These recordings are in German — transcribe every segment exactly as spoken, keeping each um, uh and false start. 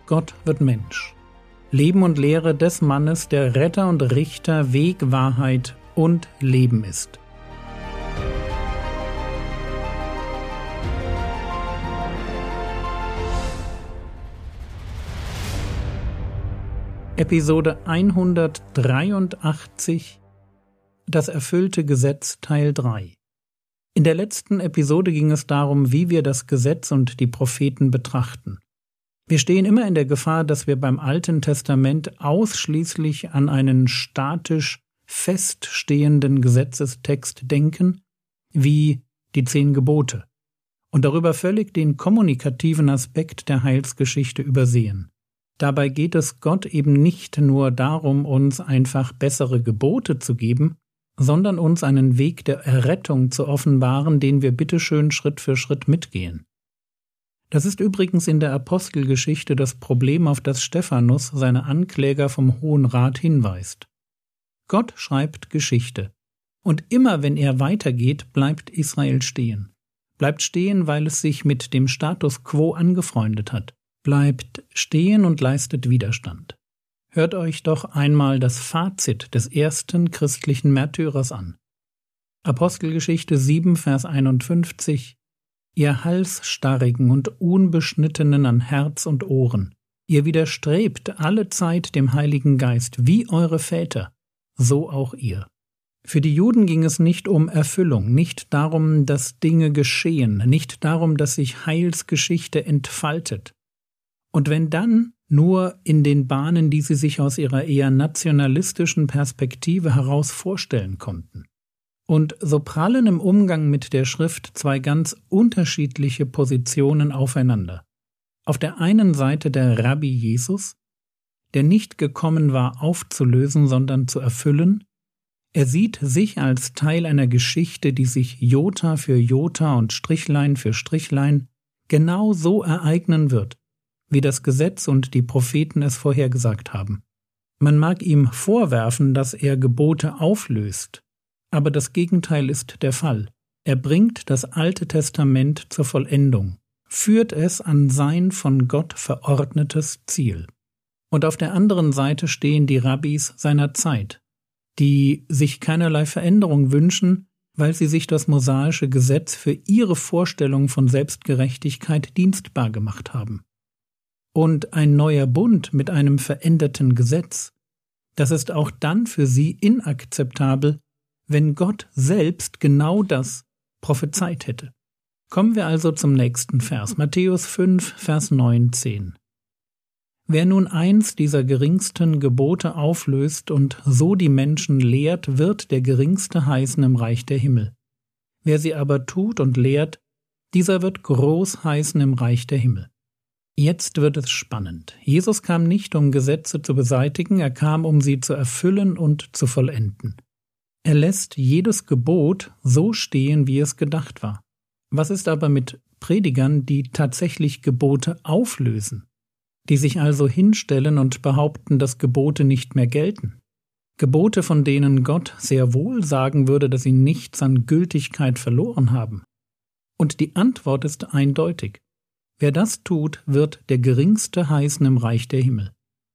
Gott wird Mensch. Leben und Lehre des Mannes, der Retter und Richter, Weg, Wahrheit und Leben ist. Episode hundertdreiundachtzig Das erfüllte Gesetz Teil drei. In der letzten Episode ging es darum, wie wir das Gesetz und die Propheten betrachten. Wir stehen immer in der Gefahr, dass wir beim Alten Testament ausschließlich an einen statisch feststehenden Gesetzestext denken, wie die zehn Gebote, und darüber völlig den kommunikativen Aspekt der Heilsgeschichte übersehen. Dabei geht es Gott eben nicht nur darum, uns einfach bessere Gebote zu geben, sondern uns einen Weg der Errettung zu offenbaren, den wir bitteschön Schritt für Schritt mitgehen. Das ist übrigens in der Apostelgeschichte das Problem, auf das Stephanus seine Ankläger vom Hohen Rat hinweist. Gott schreibt Geschichte, und immer wenn er weitergeht, bleibt Israel stehen. Bleibt stehen, weil es sich mit dem Status quo angefreundet hat. Bleibt stehen und leistet Widerstand. Hört euch doch einmal das Fazit des ersten christlichen Märtyrers an. Apostelgeschichte sieben, Vers einundfünfzig: Ihr Halsstarrigen und Unbeschnittenen an Herz und Ohren, ihr widerstrebt alle Zeit dem Heiligen Geist, wie eure Väter, so auch ihr. Für die Juden ging es nicht um Erfüllung, nicht darum, dass Dinge geschehen, nicht darum, dass sich Heilsgeschichte entfaltet. Und wenn dann, nur in den Bahnen, die sie sich aus ihrer eher nationalistischen Perspektive heraus vorstellen konnten. Und so prallen im Umgang mit der Schrift zwei ganz unterschiedliche Positionen aufeinander. Auf der einen Seite der Rabbi Jesus, der nicht gekommen war, aufzulösen, sondern zu erfüllen. Er sieht sich als Teil einer Geschichte, die sich Jota für Jota und Strichlein für Strichlein genau so ereignen wird, wie das Gesetz und die Propheten es vorhergesagt haben. Man mag ihm vorwerfen, dass er Gebote auflöst, aber das Gegenteil ist der Fall. Er bringt das Alte Testament zur Vollendung, führt es an sein von Gott verordnetes Ziel. Und auf der anderen Seite stehen die Rabbis seiner Zeit, die sich keinerlei Veränderung wünschen, weil sie sich das mosaische Gesetz für ihre Vorstellung von Selbstgerechtigkeit dienstbar gemacht haben. Und ein neuer Bund mit einem veränderten Gesetz, das ist auch dann für sie inakzeptabel, wenn Gott selbst genau das prophezeit hätte. Kommen wir also zum nächsten Vers, Matthäus fünf, Vers neunzehn. Wer nun eins dieser geringsten Gebote auflöst und so die Menschen lehrt, wird der Geringste heißen im Reich der Himmel. Wer sie aber tut und lehrt, dieser wird groß heißen im Reich der Himmel. Jetzt wird es spannend. Jesus kam nicht, um Gesetze zu beseitigen, er kam, um sie zu erfüllen und zu vollenden. Er lässt jedes Gebot so stehen, wie es gedacht war. Was ist aber mit Predigern, die tatsächlich Gebote auflösen, die sich also hinstellen und behaupten, dass Gebote nicht mehr gelten? Gebote, von denen Gott sehr wohl sagen würde, dass sie nichts an Gültigkeit verloren haben. Und die Antwort ist eindeutig. Wer das tut, wird der Geringste heißen im Reich der Himmel.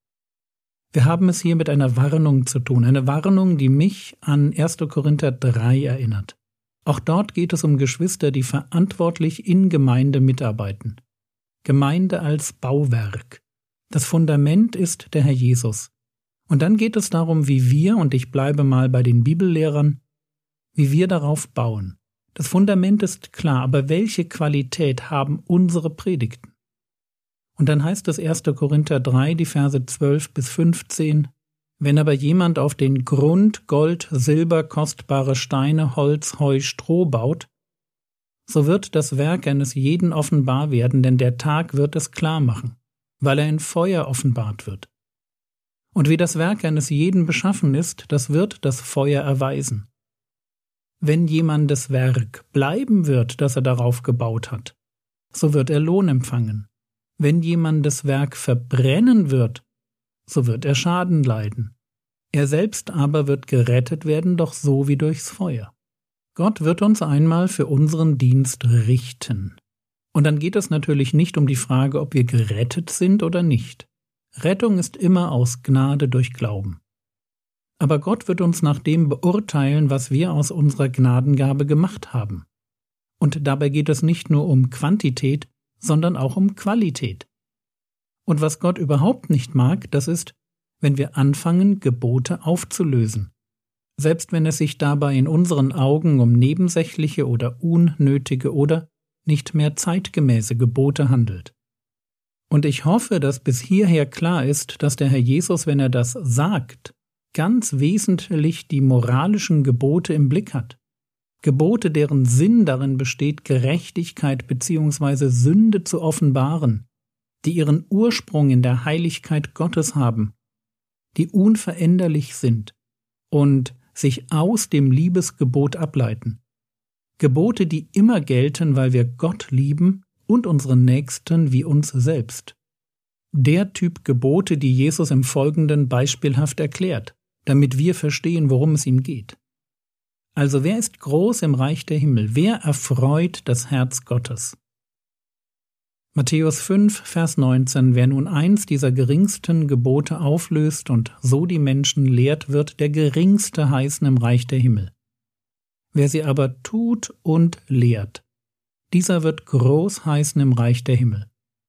Wir haben es hier mit einer Warnung zu tun, eine Warnung, die mich an erster Korinther drei erinnert. Auch dort geht es um Geschwister, die verantwortlich in Gemeinde mitarbeiten. Gemeinde als Bauwerk. Das Fundament ist der Herr Jesus. Und dann geht es darum, wie wir, und ich bleibe mal bei den Bibellehrern, wie wir darauf bauen. Das Fundament ist klar, aber welche Qualität haben unsere Predigten? Und dann heißt es erster Korinther drei, die Verse zwölf bis fünfzehn, wenn aber jemand auf den Grund Gold, Silber, kostbare Steine, Holz, Heu, Stroh baut, so wird das Werk eines jeden offenbar werden, denn der Tag wird es klar machen, weil er in Feuer offenbart wird. Und wie das Werk eines jeden beschaffen ist, das wird das Feuer erweisen. Wenn jemandes Werk bleiben wird, das er darauf gebaut hat, so wird er Lohn empfangen. Wenn jemandes Werk verbrennen wird, so wird er Schaden leiden. Er selbst aber wird gerettet werden, doch so wie durchs Feuer. Gott wird uns einmal für unseren Dienst richten. Und dann geht es natürlich nicht um die Frage, ob wir gerettet sind oder nicht. Rettung ist immer aus Gnade durch Glauben. Aber Gott wird uns nach dem beurteilen, was wir aus unserer Gnadengabe gemacht haben. Und dabei geht es nicht nur um Quantität, sondern auch um Qualität. Und was Gott überhaupt nicht mag, das ist, wenn wir anfangen, Gebote aufzulösen. Selbst wenn es sich dabei in unseren Augen um nebensächliche oder unnötige oder nicht mehr zeitgemäße Gebote handelt. Und ich hoffe, dass bis hierher klar ist, dass der Herr Jesus, wenn er das sagt, ganz wesentlich die moralischen Gebote im Blick hat. Gebote, deren Sinn darin besteht, Gerechtigkeit bzw. Sünde zu offenbaren, die ihren Ursprung in der Heiligkeit Gottes haben, die unveränderlich sind und sich aus dem Liebesgebot ableiten. Gebote, die immer gelten, weil wir Gott lieben und unseren Nächsten wie uns selbst. Der Typ Gebote, die Jesus im Folgenden beispielhaft erklärt, damit wir verstehen, worum es ihm geht. Also wer ist groß im Reich der Himmel? Wer erfreut das Herz Gottes? Matthäus fünf, Vers neunzehn. Wer nun eins dieser geringsten Gebote auflöst und so die Menschen lehrt, wird der Geringste heißen im Reich der Himmel. Wer sie aber tut und lehrt, dieser wird groß heißen im Reich der Himmel.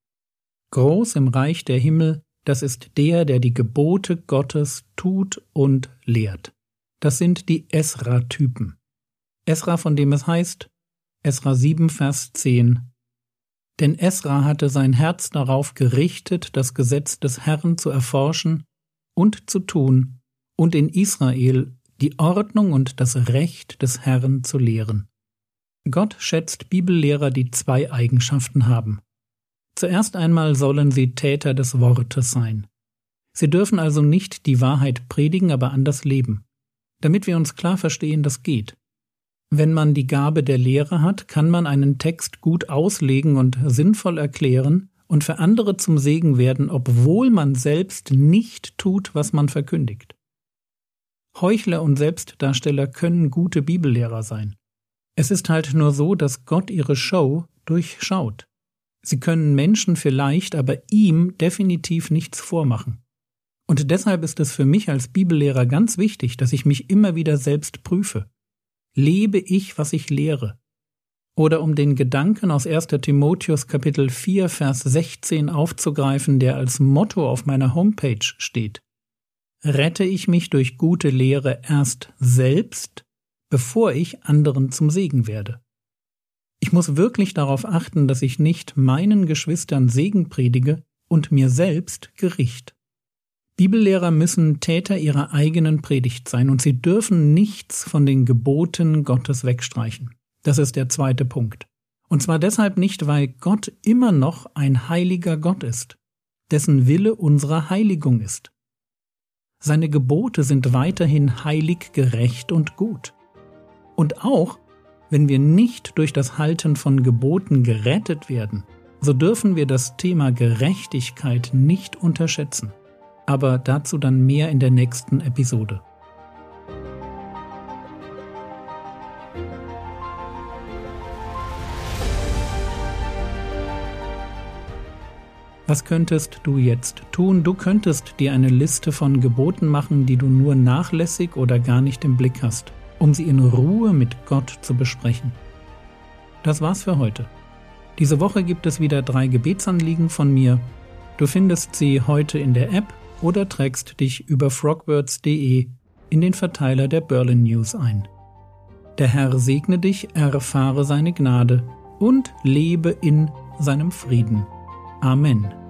Groß im Reich der Himmel, das ist der, der die Gebote Gottes tut und lehrt. Das sind die Esra-Typen. Esra, von dem es heißt, Esra sieben, Vers zehn. Denn Esra hatte sein Herz darauf gerichtet, das Gesetz des Herrn zu erforschen und zu tun und in Israel die Ordnung und das Recht des Herrn zu lehren. Gott schätzt Bibellehrer, die zwei Eigenschaften haben. Zuerst einmal sollen sie Täter des Wortes sein. Sie dürfen also nicht die Wahrheit predigen, aber anders leben. Damit wir uns klar verstehen, das geht. Wenn man die Gabe der Lehre hat, kann man einen Text gut auslegen und sinnvoll erklären und für andere zum Segen werden, obwohl man selbst nicht tut, was man verkündigt. Heuchler und Selbstdarsteller können gute Bibellehrer sein. Es ist halt nur so, dass Gott ihre Show durchschaut. Sie können Menschen vielleicht, aber ihm definitiv nichts vormachen. Und deshalb ist es für mich als Bibellehrer ganz wichtig, dass ich mich immer wieder selbst prüfe. Lebe ich, was ich lehre? Oder um den Gedanken aus erster Timotheus Kapitel vier, Vers sechzehn aufzugreifen, der als Motto auf meiner Homepage steht. Rette ich mich durch gute Lehre erst selbst, bevor ich anderen zum Segen werde. Ich muss wirklich darauf achten, dass ich nicht meinen Geschwistern Segen predige und mir selbst Gericht. Bibellehrer müssen Täter ihrer eigenen Predigt sein und sie dürfen nichts von den Geboten Gottes wegstreichen. Das ist der zweite Punkt. Und zwar deshalb nicht, weil Gott immer noch ein heiliger Gott ist, dessen Wille unsere Heiligung ist. Seine Gebote sind weiterhin heilig, gerecht und gut. Und auch, wenn wir nicht durch das Halten von Geboten gerettet werden, so dürfen wir das Thema Gerechtigkeit nicht unterschätzen. Aber dazu dann mehr in der nächsten Episode. Was könntest du jetzt tun? Du könntest dir eine Liste von Geboten machen, die du nur nachlässig oder gar nicht im Blick hast, um sie in Ruhe mit Gott zu besprechen. Das war's für heute. Diese Woche gibt es wieder drei Gebetsanliegen von mir. Du findest sie heute in der App oder trägst dich über frogwords punkt de in den Verteiler der Berlin News ein. Der Herr segne dich, erfahre seine Gnade und lebe in seinem Frieden. Amen.